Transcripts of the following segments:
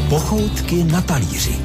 Pochoutky na talíři.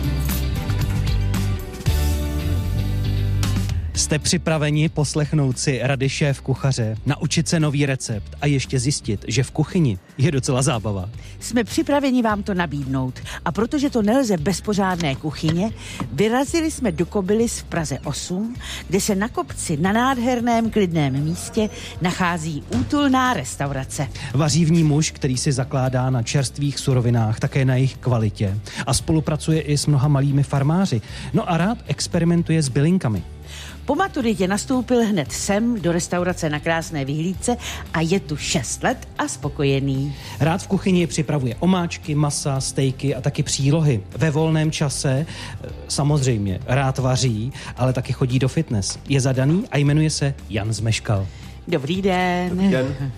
Jste připraveni poslechnout si rady šéf kuchaře, naučit se nový recept a ještě zjistit, že v kuchyni je docela zábava? Jsme připraveni vám to nabídnout a protože to nelze bez pořádné kuchyně, vyrazili jsme do Kobylis v Praze 8, kde se na kopci na nádherném klidném místě nachází útulná restaurace. Vaří v ní muž, který si zakládá na čerstvých surovinách, také na jejich kvalitě a spolupracuje i s mnoha malými farmáři. No a rád experimentuje s bylinkami. Po maturitě nastoupil hned sem do restaurace na krásné vyhlídce a je tu 6 let a spokojený. Rád v kuchyni připravuje omáčky, masa, stejky a taky přílohy. Ve volném čase samozřejmě rád vaří, ale taky chodí do fitness. Je zadaný a jmenuje se Jan Zmeškal. Dobrý den. Dobrý den.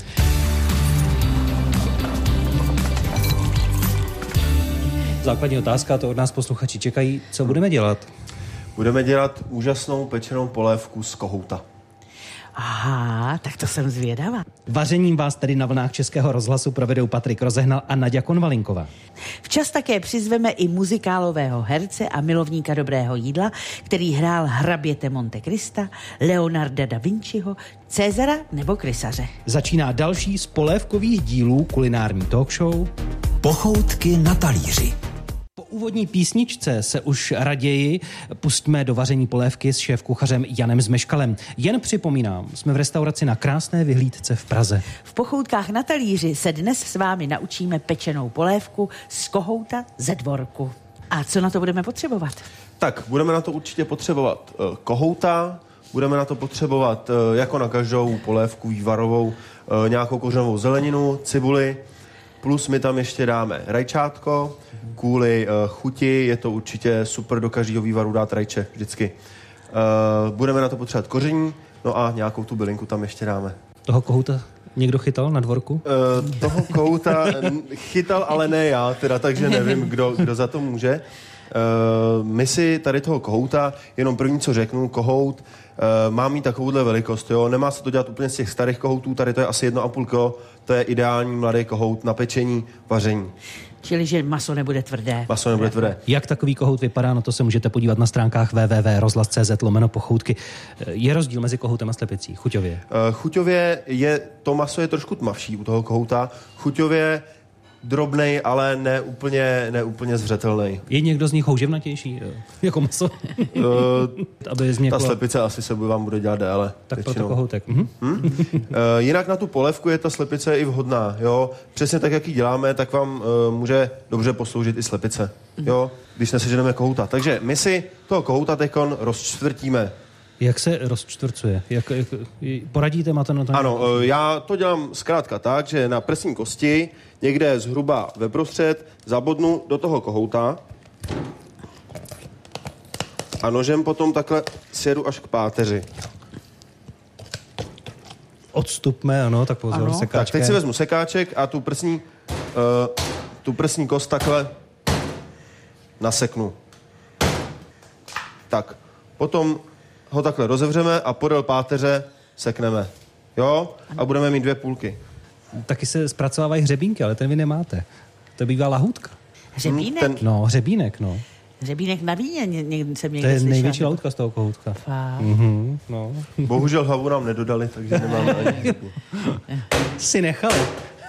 Základní otázka, to od nás posluchači čekají. Co budeme dělat? Budeme dělat úžasnou pečenou polévku z kohouta. Aha, tak to jsem zvědavá. Vařením vás tedy na vlnách Českého rozhlasu provedou Patrik Rozehnal a Naďa Konvalinková. Včas také přizveme i muzikálového herce a milovníka dobrého jídla, který hrál hraběte Monte Crista, Leonarda da Vinciho, Cezara nebo Krysaře. Začíná další z polévkových dílů kulinární talk show Pochoutky na talíři. Po úvodní písničce se už raději pustíme do vaření polévky s šéfkuchařem Janem Zmeškalem. Jen připomínám, jsme v restauraci na krásné vyhlídce v Praze. V Pochoutkách na talíři se dnes s vámi naučíme pečenou polévku z kohouta ze dvorku. A co na to budeme potřebovat? Tak, budeme na to určitě potřebovat kohouta, budeme na to potřebovat jako na každou polévku vývarovou nějakou kořenovou zeleninu, cibuli, plus my tam ještě dáme rajčátko, kvůli chuti, je to určitě super do každého vývaru dát rajče vždycky. Budeme na to potřebovat koření, no a nějakou tu bylinku tam ještě dáme. Toho kohouta někdo chytal na dvorku? Toho kohouta chytal, ale ne já, teda, takže nevím, kdo za to může. My si tady toho kohouta, jenom první, co řeknu, kohout má mít takovouhle velikost, jo? Nemá se to dělat úplně z těch starých kohoutů, tady to je asi 1,5 kg, to je ideální mladý kohout na pečení, vaření. Čili, že maso nebude tvrdé. Maso nebude tvrdé. Jak takový kohout vypadá, no to se můžete podívat na stránkách www.rozhlas.cz/pochoutky. Je rozdíl mezi kohoutem a slepicí, chuťově? Chuťově to maso je trošku tmavší u toho kohouta. Chuťově drobnej, ale ne úplně zřetelnej. Je někdo z nich houževnatější, jako maso? Aby ta slepice asi vám bude dělat déle. Tak proto kohoutek. Jinak na tu polévku je ta slepice i vhodná. Jo? Přesně tak, jak ji děláme, tak vám může dobře posloužit i slepice. Jo? Když neseženeme kohouta. Takže my si toho kohouta teďkon rozčtvrtíme. Jak se rozčtvrcuje? Poradíte, máte na to? Ano, já to dělám zkrátka tak, že na prsní kosti někde zhruba veprostřed zabodnu do toho kohouta a nožem potom takhle sjedu až k páteři. Odstupme, ano, tak pozor, ano. Sekáčka. Tak teď si vezmu sekáček a tu prsní kost takhle naseknu. Tak, potom ho takhle rozevřeme a podél páteře sekneme. Jo? A budeme mít 2 půlky. Taky se zpracovávají hřebínky, ale ten vy nemáte. To bývá lahůdka. Hřebínek? No, hřebínek, no. Hřebínek na víně jsem někde To je slyšela. největší lahůdka z toho kohoutka. No. Bohužel hlavu nám nedodali, takže nemáme ani. Si nechali.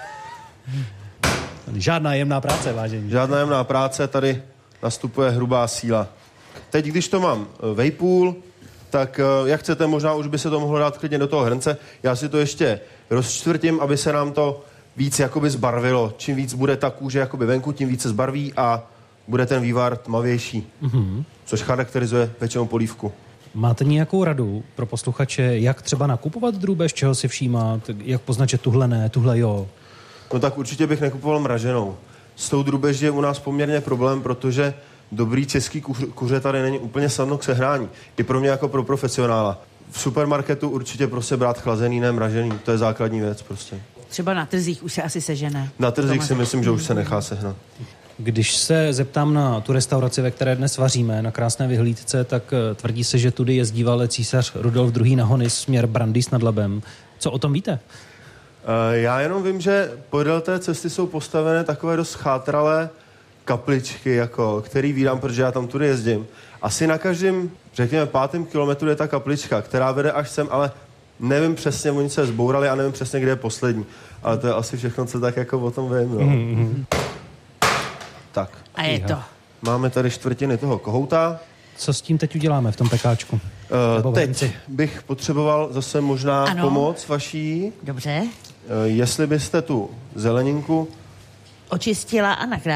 Žádná jemná práce, vážení. Žádná jemná práce, tady nastupuje hrubá síla. Teď, když to mám vejpůl, tak jak chcete, možná už by se to mohlo dát klidně do toho hrnce. Já si to ještě rozčtvrtím, aby se nám to víc jakoby zbarvilo. Čím víc bude ta kůže jakoby venku, tím více zbarví a bude ten vývar tmavější. Což charakterizuje pečenou polívku. Máte nějakou radu pro posluchače, jak třeba nakupovat drůbež, čeho si všímat, jak poznat, že tuhle ne, tuhle jo? No tak určitě bych nekupoval mraženou. S tou drůbeží je u nás poměrně problém, protože dobrý český kuře tady není úplně snadno k sehnání. I pro mě jako pro profesionála. V supermarketu určitě prostě brát chlazený, ne mražený. To je základní věc prostě. Třeba na trzích už se asi sežene. Na trzích si myslím, že už se nechá sehnat. Když se zeptám na tu restauraci, ve které dnes vaříme, na krásné vyhlídce, tak tvrdí se, že tudy jezdíval císař Rudolf II. Na hony směr Brandýs nad Labem. Co o tom víte? Já jenom vím, že podél té cesty jsou postavené takové dost chátralé kapličky, jako, který vídám, protože já tam tudy jezdím. Asi na každém, řekněme, 5. kilometru je ta kaplička, která vede až sem, ale nevím přesně, oni se zbourali a nevím přesně, kde je poslední. Ale to je asi všechno, co tak jako o tom vím. No. Tak. A je to. Máme tady čtvrtiny toho kohouta. Co s tím teď uděláme v tom pekáčku? Teď bych potřeboval zase možná pomoc vaší. Dobře. Jestli byste tu zeleninku Očistila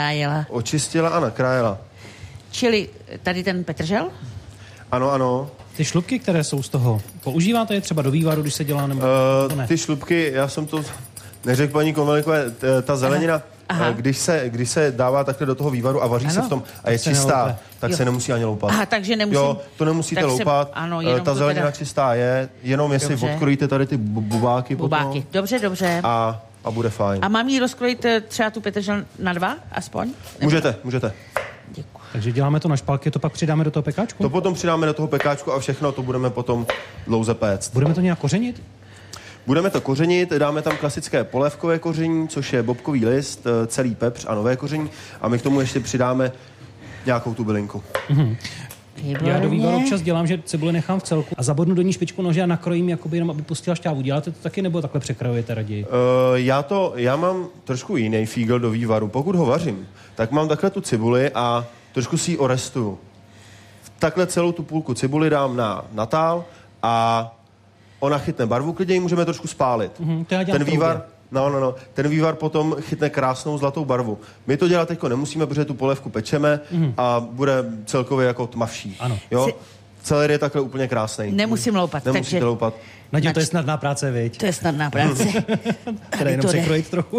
a nakrájela. Čili tady ten petržel? Ano. Ty šlupky, které jsou z toho, používáte je třeba do vývaru, když se dělá, nebo ne? Ty šlupky, já jsem to neřekl paní Komelikové, ta zelenina, když se dává takhle do toho vývaru a vaří se v tom a je čistá, tak se nemusí ani loupat. Aha, takže nemusím. Jo, to nemusíte loupat. Ta zelenina čistá je, jenom jestli odkrojíte tady ty bubáky. Potom, dobře. A bude fajn. A mám jí rozkrojit třeba tu petržel na 2 aspoň? Můžete. Děkuji. Takže děláme to na špalky, to pak přidáme do toho pekáčku? To potom přidáme do toho pekáčku a všechno to budeme potom dlouze péct. Budeme to nějak kořenit? Budeme to kořenit, dáme tam klasické polévkové koření, což je bobkový list, celý pepř a nové koření a my k tomu ještě přidáme nějakou tu bylinku. Mm-hmm. Já do vývaru občas dělám, že cibuli nechám v celku a zabodnu do ní špičku nože a nakrojím, jakoby jenom, aby pustila šťávu. Děláte to taky, nebo takhle překrajujete raději? Já mám trošku jiný fígl do vývaru. Pokud ho vařím, tak mám takhle tu cibuli a trošku si ji orestuju. Takhle celou tu půlku cibuli dám na tál a ona chytne barvu, klidně ji můžeme trošku spálit. Ten vývar, ten vývar potom chytne krásnou zlatou barvu. My to dělat teďko nemusíme, protože tu polévku pečeme a bude celkově jako tmavší. Ano. Jo? Celer je takhle úplně krásný. Nemusím loupat. Nemusíte loupat. Naděl, to je snadná práce, viď? To je snadná práce. Teda jenom překrojit trochu.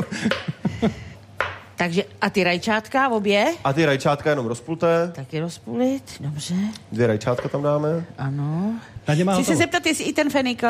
Takže a ty rajčátka obě? A ty rajčátka jenom rozpulté. Taky rozpulit, dobře. 2 rajčátka tam dáme. Ano. Chci se zeptat, jestli i ten fenikl?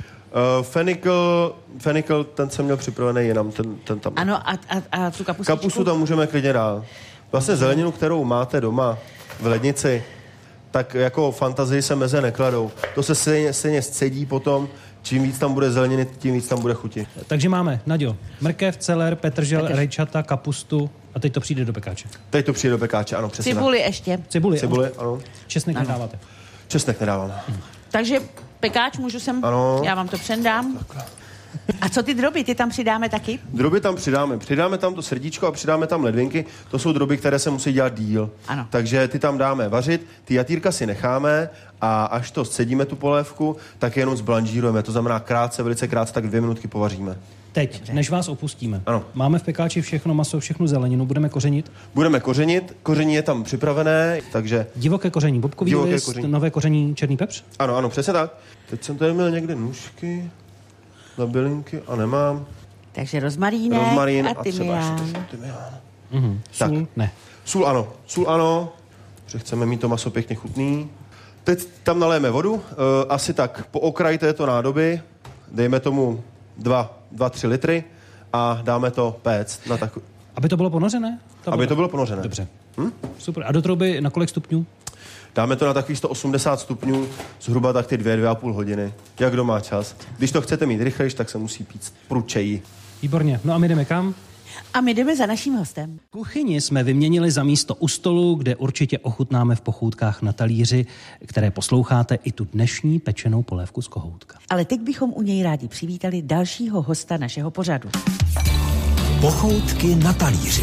Fenikl, ten jsem měl připravený jenom, ten tam. Ano, a tu kapustičku? Kapustu tam můžeme klidně dát. Vlastně zeleninu, kterou máte doma v lednici, tak jako fantazii se meze nekladou. To se stejně scedí potom. Čím víc tam bude zeleniny, tím víc tam bude chuti. Takže máme, Naďo, mrkev, celer, petržel, rajčata, kapustu a teď to přijde do pekáče. Teď to přijde do pekáče, ano, přesně. Cibuli ještě. Cibuli, ano. Česnek nedáváte. Česnek nedáváme. Takže pekáč můžu sem, ano. Já vám to přendám. Takhle. A co ty droby, ty tam přidáme taky? Droby tam přidáme. Přidáme tam to srdíčko a přidáme tam ledvinky. To jsou droby, které se musí dělat díl. Ano. Takže ty tam dáme vařit, ty jatýrka si necháme a až to scedíme tu polévku, tak jenom zblanžírujeme. To znamená velice krátce, tak 2 minutky povaříme. Teď, dobře, než vás opustíme. Ano. Máme v pekáči všechno maso, všechnu zeleninu, budeme kořenit? Budeme kořenit, koření je tam připravené, takže... Divoké koření, bobkový list, nové koření, černý pepř? Ano, přesně tak. Teď jsem tady měl někde nůžky na bylinky a nemám. Takže rozmarín a tymián. Sůl ne. Sůl ano, protože chceme mít to maso pěkně chutný. Teď tam naléjeme vodu, asi tak po okraji této nádoby, dejme tomu 2-3 litry a dáme to péct na takový... Aby to bylo ponořené? Aby to bylo ponořené. Dobře. Super. A do trouby na kolik stupňů? Dáme to na takových 180 stupňů, zhruba tak ty 2,5 hodiny. Jak kdo má čas. Když to chcete mít rychlejš, tak se musí pít prudčeji. Výborně. No a my jdeme kam? A my jdeme za naším hostem. Kuchyni jsme vyměnili za místo u stolu, kde určitě ochutnáme v pochůtkách na talíři, které posloucháte, i tu dnešní pečenou polévku z kohoutka. Ale teď bychom u něj rádi přivítali dalšího hosta našeho pořadu. Pochoutky na talíři.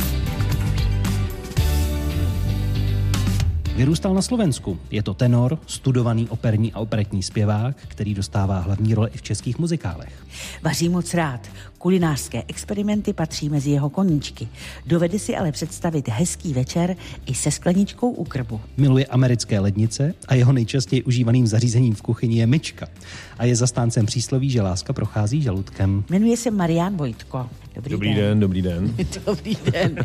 Vyrůstal na Slovensku. Je to tenor, studovaný operní a operetní zpěvák, který dostává hlavní role i v českých muzikálech. Vaří moc rád. Kulinářské experimenty patří mezi jeho koníčky. Dovede si ale představit hezký večer i se skleničkou u krbu. Miluje americké lednice a jeho nejčastěji užívaným zařízením v kuchyni je myčka. A je zastáncem přísloví, že láska prochází žaludkem. Jmenuje se Marián Vojtko. Dobrý den. Dobrý den.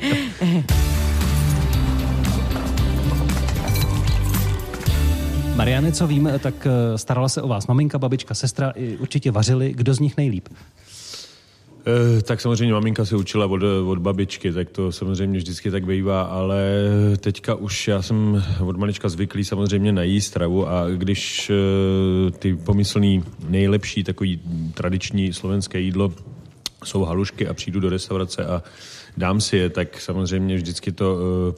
Mariane, co vím, tak starala se o vás maminka, babička, sestra, určitě vařili. Kdo z nich nejlíp? Tak samozřejmě maminka se učila od babičky, tak to samozřejmě vždycky tak bývá, ale teďka už já jsem od malička zvyklý samozřejmě na jí stravu a když ty pomyslný nejlepší takový tradiční slovenské jídlo jsou halušky a přijdu do restaurace a dám si je, tak samozřejmě vždycky to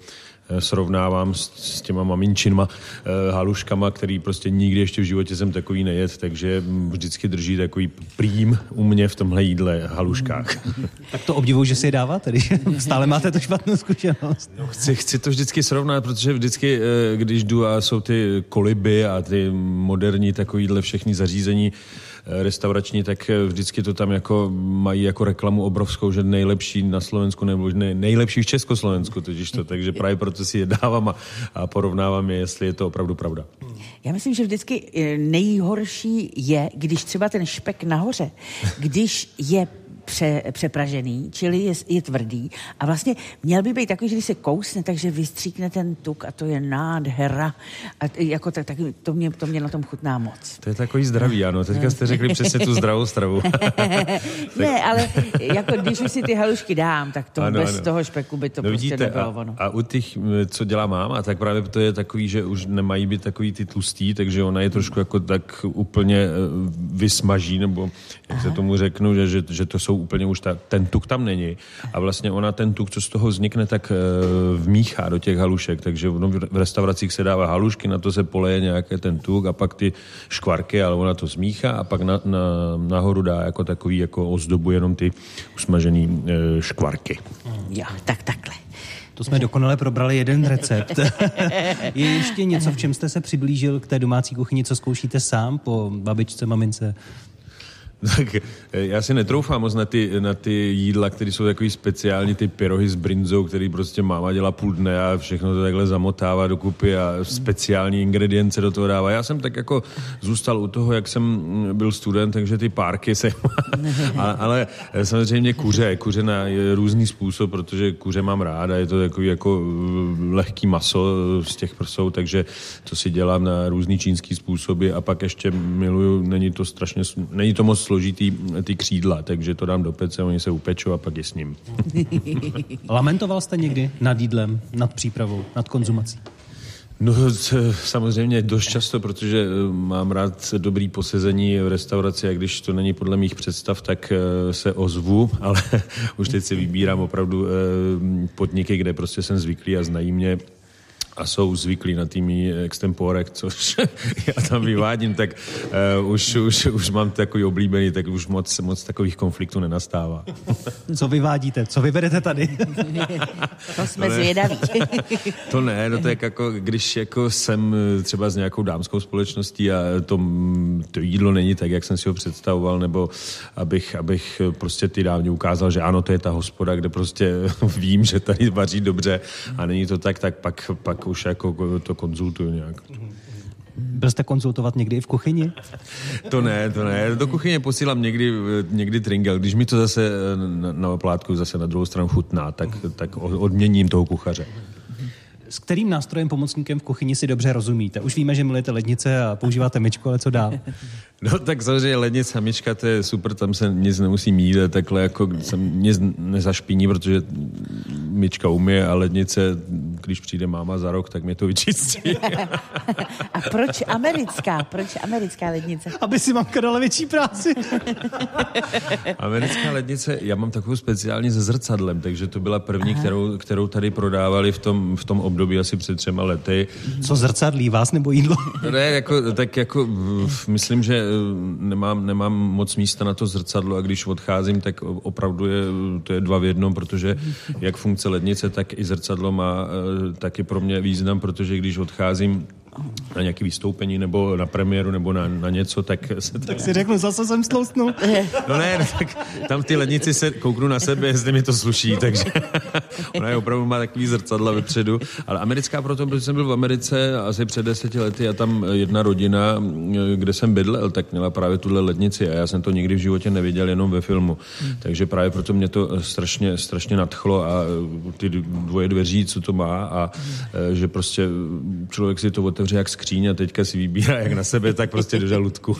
srovnávám s těma maminčinma haluškama, který prostě nikdy ještě v životě jsem takový nejet, takže vždycky drží takový prým u mě v tomhle jídle haluškách. Tak to obdivuju, že si je dáváte, když stále máte tu špatnou zkušenost. No, chci to vždycky srovnat, protože vždycky, když jdu a jsou ty koliby a ty moderní takovýhle všechny zařízení restaurační, tak vždycky to tam jako mají jako reklamu obrovskou, že nejlepší na Slovensku nebo nejlepší v Československu totiž to, takže právě proto si je dávám a porovnávám je, jestli je to opravdu pravda. Já myslím, že vždycky nejhorší je, když třeba ten špek nahoře, když je přepražený, čili je tvrdý a vlastně měl by být takový, že když se kousne, takže vystříkne ten tuk a to je nádhera. A jako tak to mě na tom chutná moc. To je takový zdravý, ano. Teďka jste řekli přesně tu zdravou stravu. Ne, ale jako když už si ty halušky dám, tak to bez toho špeku by to prostě nebylo ono. A u těch, co dělá máma, tak právě to je takový, že už nemají být takový ty tlustý, takže ona je trošku jako tak úplně vysmaží, nebo jak se tomu řeknu, že to jsou úplně už ten tuk tam není. A vlastně ona ten tuk, co z toho vznikne, tak vmíchá do těch halušek, takže v restauracích se dává halušky, na to se poleje nějaké ten tuk a pak ty škvarky, ale ona to zmíchá a pak nahoru dá jako takový jako ozdobu jenom ty usmažený škvarky. Jo, takhle. To jsme dokonale probrali jeden recept. Je ještě něco, v čem jste se přiblížil k té domácí kuchyni, co zkoušíte sám po babičce, mamince? Tak já si netroufám moc na ty jídla, které jsou takový speciální, ty pyrohy s brinzou, který prostě máma dělá půl dne a všechno to takhle zamotává dokupy a speciální ingredience do toho dává. Já jsem tak jako zůstal u toho, jak jsem byl student, takže ty párky jsem... ale samozřejmě kuře na různý způsob, protože kuře mám ráda, je to takový jako lehký maso z těch prsou, takže to si dělám na různý čínský způsoby a pak ještě miluju, není to moc složitý ty křídla, takže to dám do pece, oni se upečou a pak je s ním. Lamentoval jste někdy nad jídlem, nad přípravou, nad konzumací? No samozřejmě dost často, protože mám rád dobrý posezení v restauraci a když to není podle mých představ, tak se ozvu, ale už teď si vybírám opravdu podniky, kde prostě jsem zvyklý a znají mě a jsou zvyklí na tými extemporek, což já tam vyvádím, tak už mám takový oblíbený, tak už moc takových konfliktů nenastává. Co vyvádíte? Co vyvedete tady? To jsme zvědaví. To ne, no to je jako, když jako jsem třeba s nějakou dámskou společností a to jídlo není tak, jak jsem si ho představoval, nebo abych prostě ty dámě ukázal, že ano, to je ta hospoda, kde prostě vím, že tady vaří dobře a není to tak pak už jako to konzultuju nějak. Byl jste konzultovat někdy i v kuchyni? To ne. Do kuchyně posílám někdy tringel. Když mi to zase na oplátku zase na druhou stranu chutná, tak odměním toho kuchaře. S kterým nástrojem pomocníkem v kuchyni si dobře rozumíte? Už víme, že milujete lednice a používáte myčku, ale co dál? No tak samozřejmě lednice a myčka, to je super, tam se nic nemusí mít, takhle jako se nic nezašpiní, protože myčka umije a lednice, když přijde máma za rok, tak mě to vyčistí. A proč americká? Proč americká lednice? Aby si mamka dala větší práci. Americká lednice, já mám takovou speciální se zrcadlem, takže to byla první, kterou tady prodávali v tom období asi před 3 lety. Co zrcadlí, vás nebo jídlo? Ne, myslím, že nemám moc místa na to zrcadlo a když odcházím, tak opravdu to je 2 v 1, protože jak funkce lednice, tak i zrcadlo má taky pro mě význam, protože když odcházím na nějaké vystoupení nebo na premiéru nebo na něco, tak si řeknu, zase jsem stloustnul. No ne, tak tam v ty lednici se kouknu na sebe, jestli mi to sluší, takže ona je opravdu má takový zrcadla vepředu. Ale americká proto, protože jsem byl v Americe asi před 10 lety a tam jedna rodina, kde jsem bydlel, tak měla právě tuhle lednici a já jsem to nikdy v životě neviděl, jenom ve filmu. Takže právě proto mě to strašně nadchlo a ty 2 dveří, co to má a že prostě člověk si to otevře jak skříň a teďka si vybírá jak na sebe, tak prostě do žaludku.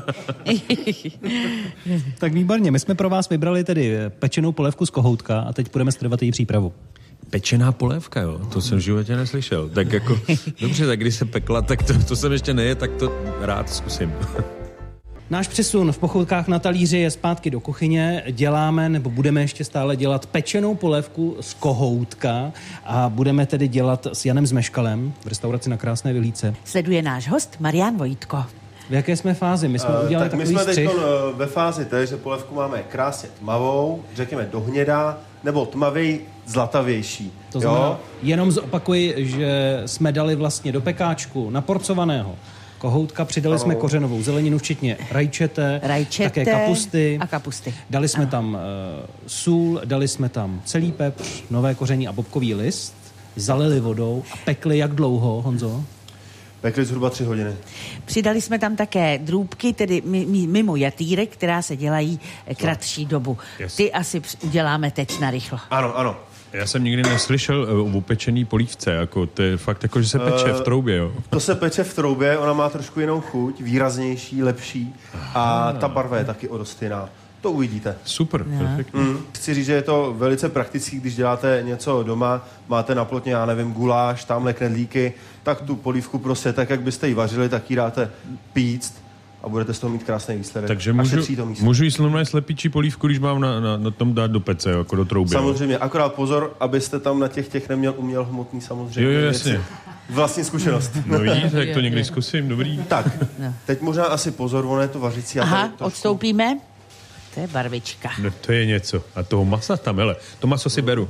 Tak výborně, my jsme pro vás vybrali tedy pečenou polévku z kohoutka a teď budeme studovat její přípravu. Pečená polévka, jo? To jsem v životě neslyšel. Tak jako, dobře, tak když se pekla, tak to jsem ještě neje, tak to rád zkusím. Náš přesun v Pochoutkách na talíři je zpátky do kuchyně. Děláme, nebo budeme ještě stále dělat pečenou polévku z kohoutka a budeme tedy dělat s Janem Zmeškalem v restauraci Na Krásné Vyhlídce. Sleduje náš host Marian Vojtko. V jaké jsme fázi? My jsme udělali takový střih. My jsme teď ve fázi té, že polévku máme krásně tmavou, řekněme dohnědá, nebo tmavej zlatavější. To znamená, jenom zopakuji, že jsme dali vlastně do pekáčku naporcovaného kohoutka, přidali jsme kořenovou zeleninu, včetně rajčete, také kapusty. A kapusty. Dali jsme tam sůl, dali jsme tam celý pepř, nové koření a bobkový list, zalili vodou a pekli jak dlouho, Honzo? Pekli zhruba 3 hodiny. Přidali jsme tam také drůbky, tedy mimo jatýrek, která se dělají kratší dobu. Yes. Ty asi uděláme teď narychlo. Ano. Já jsem nikdy neslyšel o upečený polívce, jako to je fakt jako, že se peče v troubě, jo. To se peče v troubě, ona má trošku jinou chuť, výraznější, lepší a ta barva je taky o dost jiná. To uvidíte. Super, perfektně. Chci říct, že je to velice praktický, když děláte něco doma, máte na plotně, já nevím, guláš, tamhle knedlíky, tak tu polívku prostě tak, jak byste ji vařili, tak ji dáte píct a budete z toho mít krásný výsledek. Takže můžu jíst normálně slepičí polívku, když mám na tom dát do pece, jako do trouby. Samozřejmě, akorát pozor, abyste tam na těch neměl uměl hmotný samozřejmě. Jo, jasně. Vlastní zkušenost. No vidíte, tak to někdy zkusím, dobrý. Tak, teď možná asi pozor, ono je to vařící. Aha, odstoupíme. To je barvička. No to je něco. A toho masa tam, hele, to maso si beru.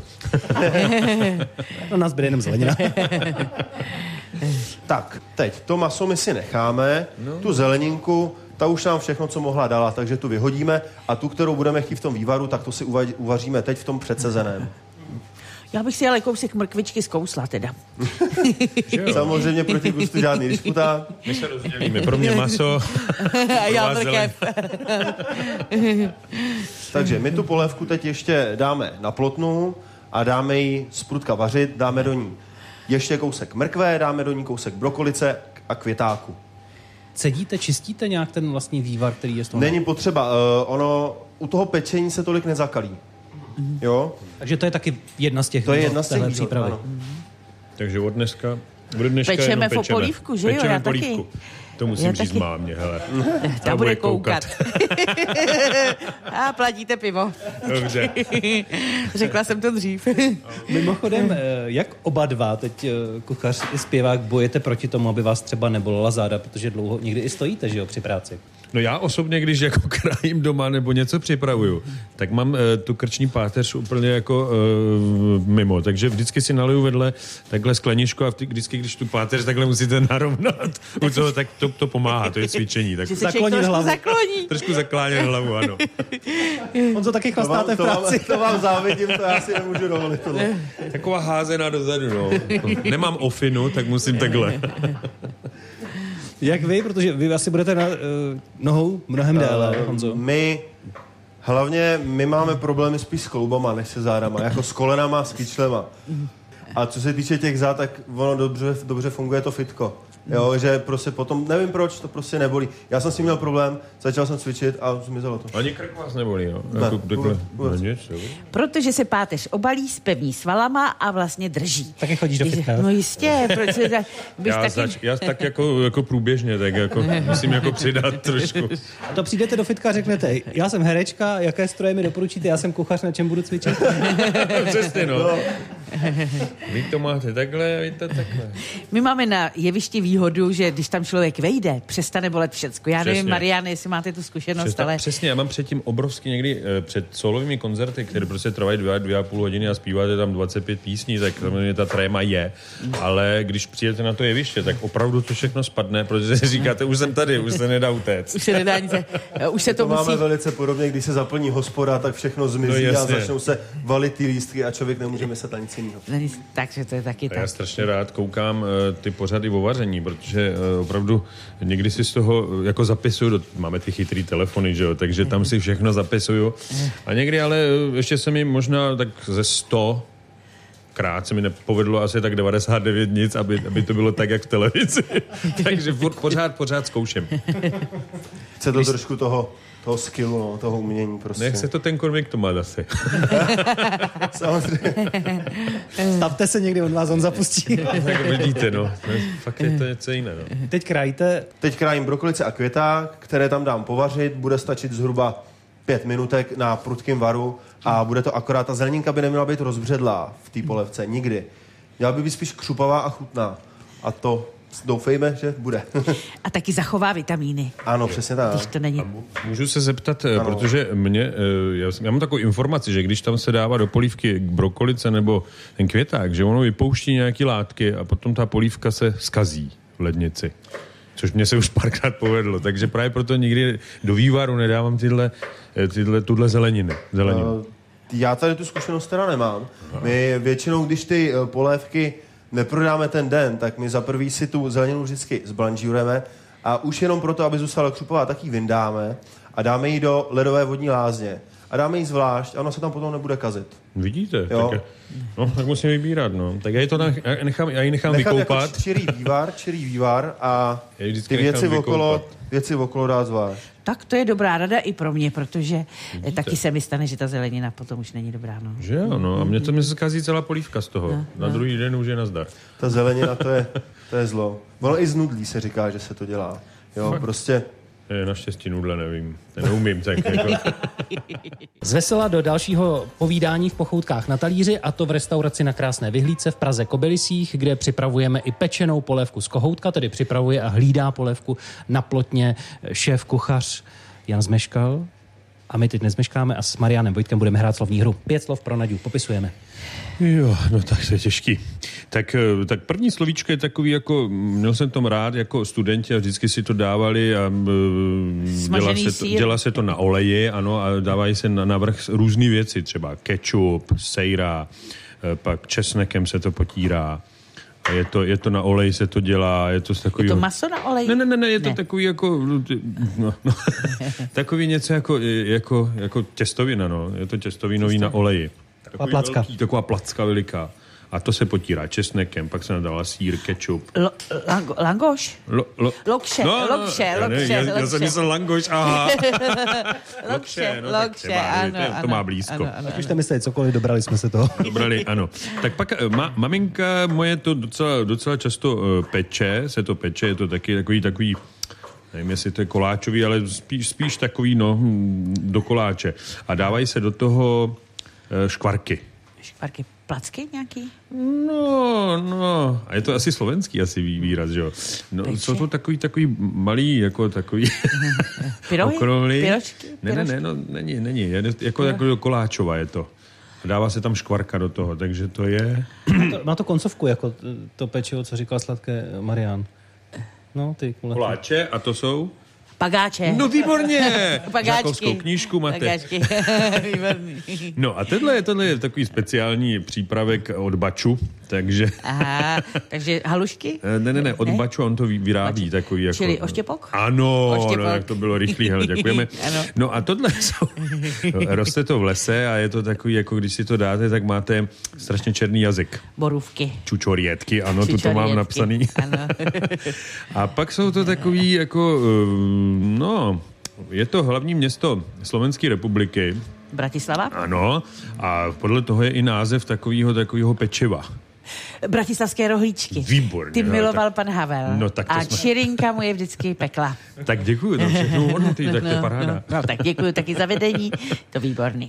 No nás bude jenom zelenina. Tak, teď to maso my si necháme, tu zeleninku, ta už nám všechno, co mohla dala, takže tu vyhodíme a tu, kterou budeme chtít v tom vývaru, tak to si uvaříme teď v tom předsezeném. Já bych si ale kousek mrkvičky zkousla teda. Samozřejmě proti gustu žádný disputát. My se rozdělíme. Pro mě maso. A já mrkev. Takže my tu polévku teď ještě dáme na plotnu a dáme ji z prudka vařit, dáme do ní ještě kousek mrkve, dáme do ní kousek brokolice a květáku. Cedíte, čistíte nějak ten vlastní vývar, který je z toho? Není potřeba, ono u toho pečení se tolik nezakalí. Jo? Takže to je taky jedna z těch, to je jedna z těch přípravy. Takže od dneška pečeme po polívku, že jo? Pečeme Já polívku. taky. To musím říct mámě, hele. Ta bude koukat. A platíte pivo. Dobře. Řekla jsem to dřív. Mimochodem, jak oba dva, teď kuchař i zpěvák, bojete proti tomu, aby vás třeba nebolela záda, protože dlouho někdy i stojíte, že jo, při práci? No já osobně, když jako krájím doma nebo něco připravuju, tak mám tu krční páteř úplně jako mimo, takže vždycky si naliju vedle takhle skleničku a vždycky, když tu páteř takhle musíte narovnat u toho, tak to pomáhá, to je cvičení. Tak Že se člověk trošku zakloní. Trošku zaklánět hlavu, ano. On to taky chlastáte v práci. To vám závidím, to já si nemůžu dovolit. Taková házená dozadu, no. Nemám ofinu, tak musím takhle. Jak vy? Protože vy asi budete nohou mnohem déle, Honzo. My máme problémy spíš s kloubama, než se zádama. Jako s kolenama, s kyčlema. A co se týče těch zád, tak ono dobře funguje to fitko. Jo, že prostě potom, nevím proč, to prostě nebolí. Já jsem s tím měl problém, začal jsem cvičit a zmizelo to. Ani krk vás nebolí, jo? Ne, protože se páteř obalí, spevní svalama a vlastně drží. Taky chodíš do fitness? No jistě, protože já tak jako průběžně, tak jako musím jako přidat trošku. A to přijdete do fitka a řeknete, já jsem herečka, jaké stroje mi doporučíte, já jsem kuchař, na čem budu cvičit? Přesně, no. Vy to máte takhle, vy to takhle. My máme na jevišti výhodu, že když tam člověk vejde, přestane bolet všecko. Já nevím, Mariane, jestli máte tu zkušenost, ale... Přesně, já mám předtím obrovský někdy před solovými koncerty, které prostě trvají 2,5 hodiny a zpíváte tam 25 písní, tak samozřejmě ta tréma je, ale když přijdete na to jeviště, tak opravdu to všechno spadne, protože si říkáte, už jsem tady, už se nedá utéct. Už se nedá nic, už se to musí... máme velice podobně, když se zaplní hospoda, tak všechno zmizí a začnou se valit ty lístky a člověk nemůže myslet na nic jiného. Takže to je taky tak. Já strašně rád koukám ty pořady o vaření, protože opravdu někdy si z toho jako zapisuju, máme ty chytrý telefony, že jo, takže tam si všechno zapisuju. A někdy ale ještě se mi možná tak ze 100 krát se mi nepovedlo asi tak 99 nic, aby to bylo tak, jak v televizi. Takže pořád zkouším. Chce to trošku toho skillu, no, toho umění prostě. Nech se to ten konviktomat asi. Samozřejmě. Stavte se někdy, on zapustí. Tak vidíte, no. Fakt je to něco jiné, no. Teď krajíte. Teď krájím brokolice a květák, které tam dám povařit. Bude stačit zhruba 5 minutek na prudkém varu a bude to akorát. Ta zeleninka by neměla být rozbředlá v té polévce, nikdy. Měla by být spíš křupavá a chutná. A to doufejme, že bude. A taky zachová vitamíny. Ano, přesně tak. Když to není. Můžu se zeptat, protože já mám takovou informaci, že když tam se dává do polívky brokolice nebo ten květák, že ono vypouští nějaký látky a potom ta polívka se skazí v lednici. Což mě se už párkrát povedlo, takže právě proto nikdy do vývaru nedávám tuhle zeleninu. Já tady tu zkušenost teda nemám. My většinou, když ty polévky neprodáme ten den, tak my za prvý si tu zeleninu vždycky zblanžírujeme a už jenom proto, aby zůstala křupová, tak ji vyndáme a dáme ji do ledové vodní lázně. A dáme ji zvlášť a ona se tam potom nebude kazit. Vidíte? Tak musím vybírat, no. Tak já ji nechám vykoupat. Jako čirý vývar a ty věci okolo dát zvlášť. Tak to je dobrá rada i pro mě, protože taky se mi stane, že ta zelenina potom už není dobrá. No. Že jo, no. A mě se zkazí celá polívka z toho. Na druhý den už je nazdar. Ta zelenina, to je zlo. Ono i z nudlí se říká, že se to dělá. Jo, fakt? Prostě... Naštěstí nudle nevím. Neumím tak jako. Zvesela do dalšího povídání v Pochoutkách na talíři, a to v restauraci Na Krásné vyhlídce v Praze Kobylisích, kde připravujeme i pečenou polévku z kohoutka, tedy připravuje a hlídá polévku na plotně šéf kuchař Jan Zmeškal. A my teď nezmeškáme a s Marianem Vojtkem budeme hrát slovní hru. 5 slov pro Naďu. Popisujeme. Jo, no tak to je těžký. Tak první slovíčko je takový jako, měl jsem tom rád jako studenti a vždycky si to dávali a dělá se to na oleji, ano, a dávají se na vrch různý věci, třeba kečup, sejra, pak česnekem se to potírá. Je to na olej se to dělá, je to takový... Je to maso na olej? Ne, je to takový jako... takový něco jako těstovina, no. Je to těstovinový na oleji. Taková placka veliká. A to se potírá česnekem, pak se nadává sýr, kečup. Langoš? Lokše. Já jsem myslel langoš, aha. Lokše, ano. To má blízko. Tak už jste mysleli cokoliv, dobrali jsme se toho. Dobrali, ano. Tak pak maminka moje to docela často peče, je to taky takový nevím, jestli to je koláčový, ale spíš takový, no, do koláče. A dávají se do toho škvarky. Škvarky, placky nějaký? No. A je to asi slovenský výraz, že jo? No, jsou to takový malý, jako takový... Pyrohy? Pyročky? Ne, no, není. Jako koláčová je to. Dává se tam škvarka do toho, takže to je... Má to koncovku, jako to pečivo, co říkal sladké Marián. No, ty kulatý. Koláče, a to jsou? Pagáče. No výborně! Pagáčky. Knížku máte. Pagáčky. Výborný. No a tohle je takový speciální přípravek od Baču, takže... Aha, takže halušky? Ne, od Baču on to vyrábí takový jako... Čili oštěpok? Ano, tak to bylo rychlý, hele, děkujeme. No a tohle jsou... Roste to v lese a je to takový, jako když si to dáte, tak máte strašně černý jazyk. Borůvky. Čučorietky, ano, tu to mám napsaný. Ano. A pak jsou to takový jako... No, je to hlavní město Slovenské republiky. Bratislava? Ano, a podle toho je i název takového pečiva. Bratislavské rohlíčky. Výborně. Ty miloval pan Havel. No, tak a čirinka mu je vždycky pekla. Tak děkuju, to všechno hodnotý, tak to je paráda. No, tak děkuju taky za vedení, to výborný.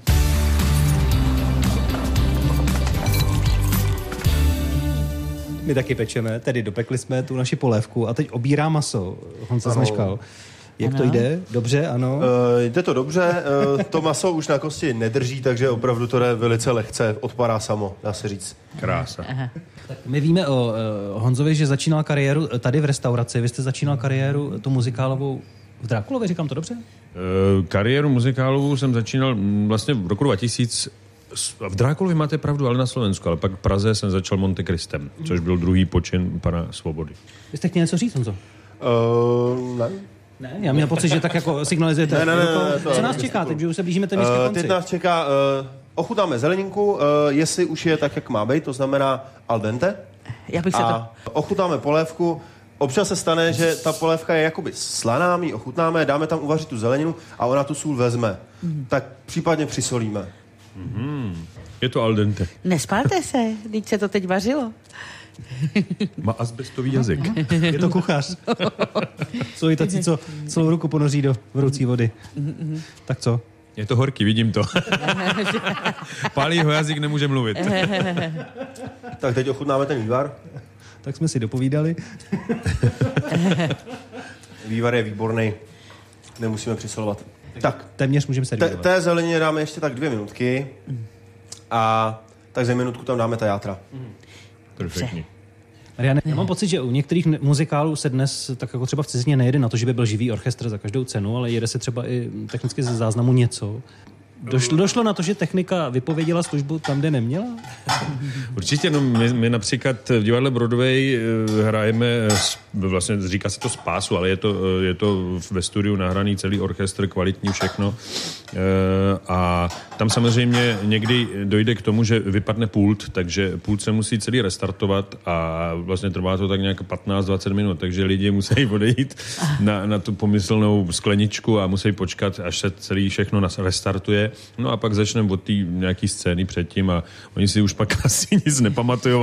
My taky pečeme, tedy dopekli jsme tu naši polévku a teď obírá maso. Honza Zmeškal. Jak to jde? Dobře, ano? Jde to dobře, to maso už na kosti nedrží, takže opravdu to jde velice lehce, odpadá samo, dá se říct. Krása. Tak my víme o Honzovi, že začínal kariéru tady v restauraci. Vy jste začínal kariéru tu muzikálovou v Drákulově, říkám to dobře? Kariéru muzikálovou jsem začínal vlastně v roku 2000. V Drákulově máte pravdu, ale na Slovensku, ale pak v Praze jsem začal Monte Cristem, což byl druhý počin pana Svobody. Vy jste chtěli něco říct, Honzo? Ne. Ne, já měl pocit, že tak jako signalizujete. Ne, Co nás čeká teď, že už se blížíme téměř ke konci? Teď nás čeká ochutnáme zeleninku, jestli už je tak, jak má být, to znamená al dente. A ochutnáme polévku. Občas se stane, že ta polévka je jakoby slaná, my ochutnáme, dáme tam uvařit tu zeleninu a ona tu sůl vezme. Tak případně přisolíme. Je to al dente. Nespálte se, když se to teď vařilo. Má asbestový jazyk. Je to kuchař. Jsou i tací, co celou ruku ponoří do vroucí vody. Tak co? Je to horký, vidím to. Pálí ho jazyk, nemůže mluvit. Tak teď ochutnáme ten vývar. Tak jsme si dopovídali. Vývar je výborný. Nemusíme přisolovat. Tak. Téměř můžeme servírovat. Té zelenině dáme ještě tak 2 minutky. A tak za minutku tam dáme ta játra. Perfektní. Mariane, já mám pocit, že u některých muzikálů se dnes, tak jako třeba v cizině, nejede na to, že by byl živý orchestr za každou cenu, ale jede se třeba i technicky ze záznamu něco. Došlo na to, že technika vypověděla službu tam, kde neměla? Určitě, no my například v divadle Broadway hrajeme, vlastně říká se to Spásu, ale je to ve studiu nahraný celý orchestr, kvalitní všechno. A tam samozřejmě někdy dojde k tomu, že vypadne pult, takže pult se musí celý restartovat a vlastně trvá to tak nějak 15-20 minut, takže lidi musí odejít na tu pomyslnou skleničku a musí počkat, až se celý všechno restartuje. No a pak začneme od té nějaký scény předtím a oni si už pak asi nic nepamatujou,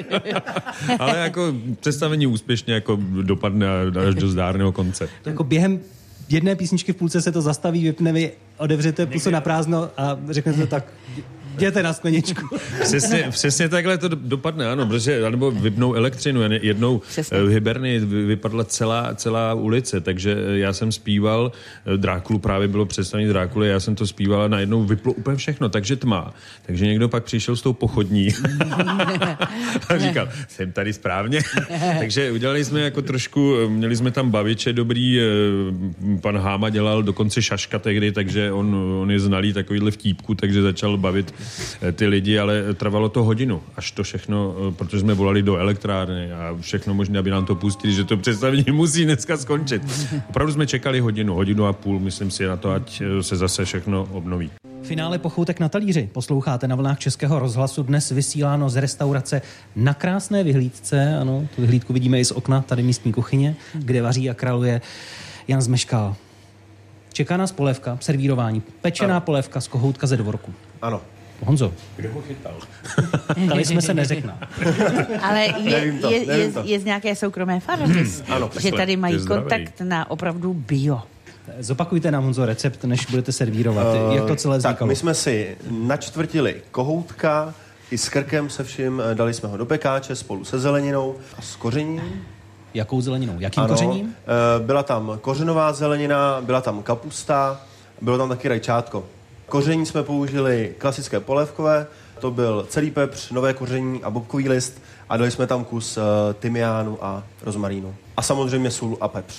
ale jako představení úspěšně jako dopadne až do zdárného konce. To jako během jedné písničky v půlce se to zastaví, vypne, vy otevřete pusu na prázdno a řeknete tak, jděte na skleničku. Přesně takhle to dopadne, ano, protože nebo vypnou elektřinu. Jednou v Hiberny vypadla celá ulice, takže já jsem zpíval, Drákulu právě bylo představení Drákuly, já jsem to zpíval a najednou vyplo úplně všechno, takže tma. Takže někdo pak přišel s tou pochodní a říkal, jsem tady správně. Takže udělali jsme jako trošku, měli jsme tam baviče dobrý, pan Háma dělal dokonce Šaška tehdy, takže on je znalý takovýhle vtípku, takže začal bavit ty lidi, ale trvalo to hodinu, až to všechno, protože jsme volali do elektrárny a všechno možné, aby nám to pustili, že to představení musí dneska skončit. Opravdu jsme čekali hodinu a půl, myslím si, na to, ať se zase všechno obnoví. Finále Pochoutek na talíři posloucháte na vlnách Českého rozhlasu, dnes vysíláno z restaurace Na krásné vyhlídce, ano, tu vyhlídku vidíme i z okna tady místní kuchyně, kde vaří a králuje Jan Zmeškal. Čeká nás polévka, servírování, pečená polévka z kohoutka ze dvorku. Ano. Honzo. Kdo ho chytal? Tady jsme se neřekna. Ale je z nějaké soukromé farmy, že tady mají kontakt na opravdu bio. Zopakujte nám, Honzo, recept, než budete servírovat. Jak to celé vznikalo? Tak, my jsme si načtvrtili kohoutka i s krkem se vším, dali jsme ho do pekáče spolu se zeleninou a s kořením. Jakou zeleninou? Jakým kořením? Byla tam kořenová zelenina, byla tam kapusta, bylo tam taky rajčátko. Koření jsme použili klasické polévkové, to byl celý pepř, nové koření a bobkový list a dali jsme tam kus tymiánu a rozmarínu. A samozřejmě sůl a pepř.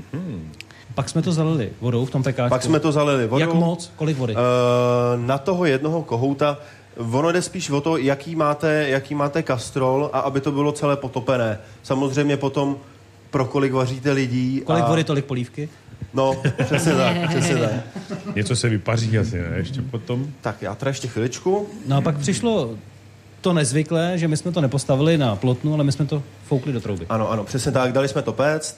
Pak jsme to zalili vodou v tom pekáčku. Pak jsme to zalili vodou. Jak moc? Kolik vody? Na toho jednoho kohouta ono jde spíš o to, jaký máte kastrol a aby to bylo celé potopené. Samozřejmě potom pro kolik vaříte lidí. Kolik vody, tolik polívky? No, přesně tak. Něco se vypaří asi, ne? Ještě potom? Tak já teda ještě chviličku. No a pak přišlo to nezvyklé, že my jsme to nepostavili na plotnu, ale my jsme to foukli do trouby. Ano, přesně tak. Dali jsme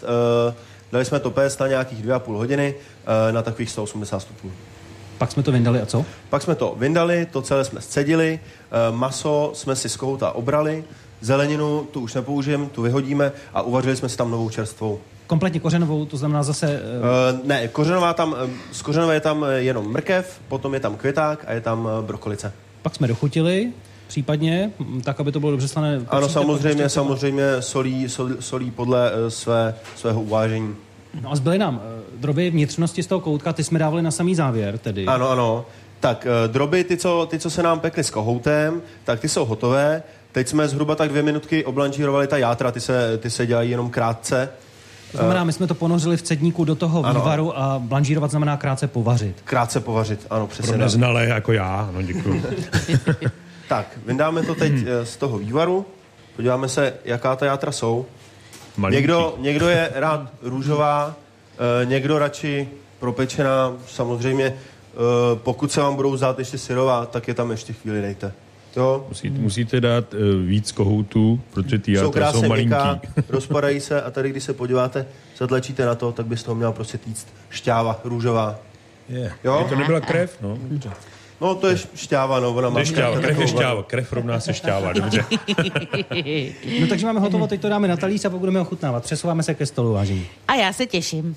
to péct na nějakých 2,5 hodiny na takových 180 stupňů. Pak jsme to vyndali a co? Pak jsme to vyndali, to celé jsme scedili, maso jsme si z kohouta obrali, zeleninu tu už nepoužijeme, tu vyhodíme a uvařili jsme si tam novou čerstvou. Kompletně kořenovou, to znamená zase... Ne, z kořenové je tam jenom mrkev, potom je tam květák a je tam brokolice. Pak jsme dochutili, případně, tak, aby to bylo dobře slané. Ano, samozřejmě solí podle svého uvážení. No a zbyly nám droby vnitřnosti z toho koutka, ty jsme dávali na samý závěr tedy. Ano. Tak droby, ty, co se nám pekly s kohoutem, tak ty jsou hotové. Teď jsme zhruba tak 2 minutky oblanžírovali ta játra, ty se dělají jenom krátce. To znamená, my jsme to ponořili v cedníku do toho vývaru a blanžírovat znamená krátce povařit. Krátce povařit, ano, přesně. Pro neznalé jako já, ano, děkuji. Tak, vyndáme to teď z toho vývaru, podíváme se, jaká ta játra jsou. Někdo je rád růžová, někdo radši propečená, samozřejmě Pokud se vám budou zdát ještě syrová, tak je tam ještě chvíli dejte. Jo? Musíte dát víc kohoutů, protože ty játra jsou malinký. Rozpadají se a tady, když se podíváte, zatlačíte na to, tak by z toho měla prostě týct šťáva růžová. Jo? To nebyla krev? No, dobře. No, to je šťáva, no. Ona má šťáva, krev je šťáva, krev rovná se šťáva, dobře. No takže máme hotovo, teď to dáme na talíř a pak budeme ochutnávat. Přesouváme se ke stolu, vážení. A já se těším.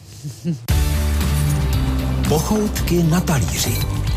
Pochoutky na talíři.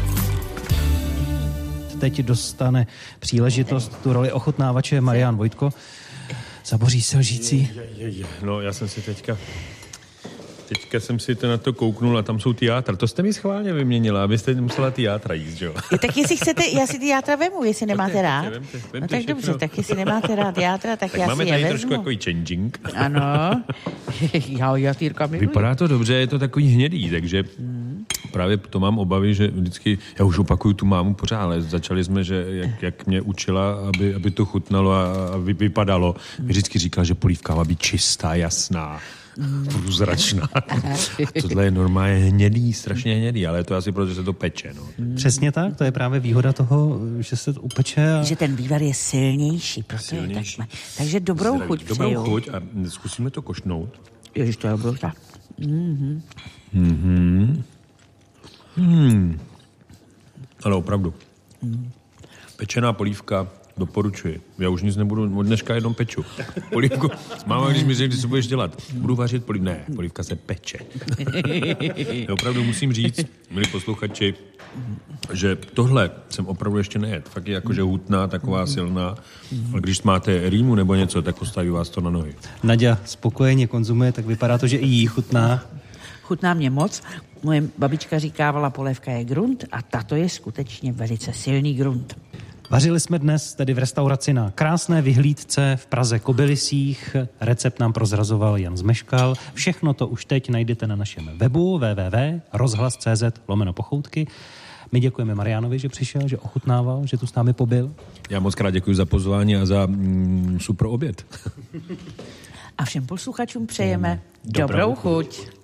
Teď dostane příležitost tu roli ochutnávače Marián Vojtko. Zaboří se lžící. No, já jsem si teďka jsem si to na to kouknul a tam jsou ty játra. To jste mi schválně vyměnila, abyste musela ty játra jíst, jo? Tak jestli chcete, já si ty játra vemu, jestli nemáte rád. Vemte No tak všechno. dobře, tak jestli nemáte rád játra, tak já máme si je tady vezmu. trošku takový changing. Ano. Já jatýrka miluji. Vypadá to dobře, je to takový hnědý, takže právě to mám obavy, že vždycky, já už opakuju tu mámu pořád, ale začali jsme, že jak mě učila, aby to chutnalo a vypadalo, mi vždycky říkala, že polívka má být čistá, jasná, průzračná. A tohle je normálně hnědý, strašně hnědý, ale je to asi proto, že se to peče. No. Přesně tak, to je právě výhoda toho, že se to upeče. A... Že ten vývar je silnější, proto je tak. Takže dobrou chuť přeju. Dobrou chuť a zkusíme to košnout. Ježiš, to je obrovská. Ale opravdu. Pečená polívka doporučuji. Já už nic nebudu, od dneška jenom peču. Polívku. Máma, když mi řekne, co budeš dělat, budu vařit polívku. Ne, polívka se peče. Já opravdu musím říct, milí posluchači, že tohle jsem opravdu ještě nejedl. Fakt je jakože hutná, taková silná. Ale když máte rýmu nebo něco, tak postaví vás to na nohy. Naďa spokojeně konzumuje, tak vypadá to, že i jí chutná. Chutná mě moc. Moje babička říkávala, polévka je grunt a tato je skutečně velice silný grunt. Vařili jsme dnes tedy v restauraci na krásné vyhlídce v Praze Kobylisích. Recept nám prozrazoval Jan Zmeškal. Všechno to už teď najdete na našem webu www.rozhlas.cz/pochoutky. My děkujeme Mariánovi, že přišel, že ochutnával, že tu s námi pobyl. Já moc krát děkuji za pozvání a za super oběd. A všem posluchačům přejeme dobrou chuť.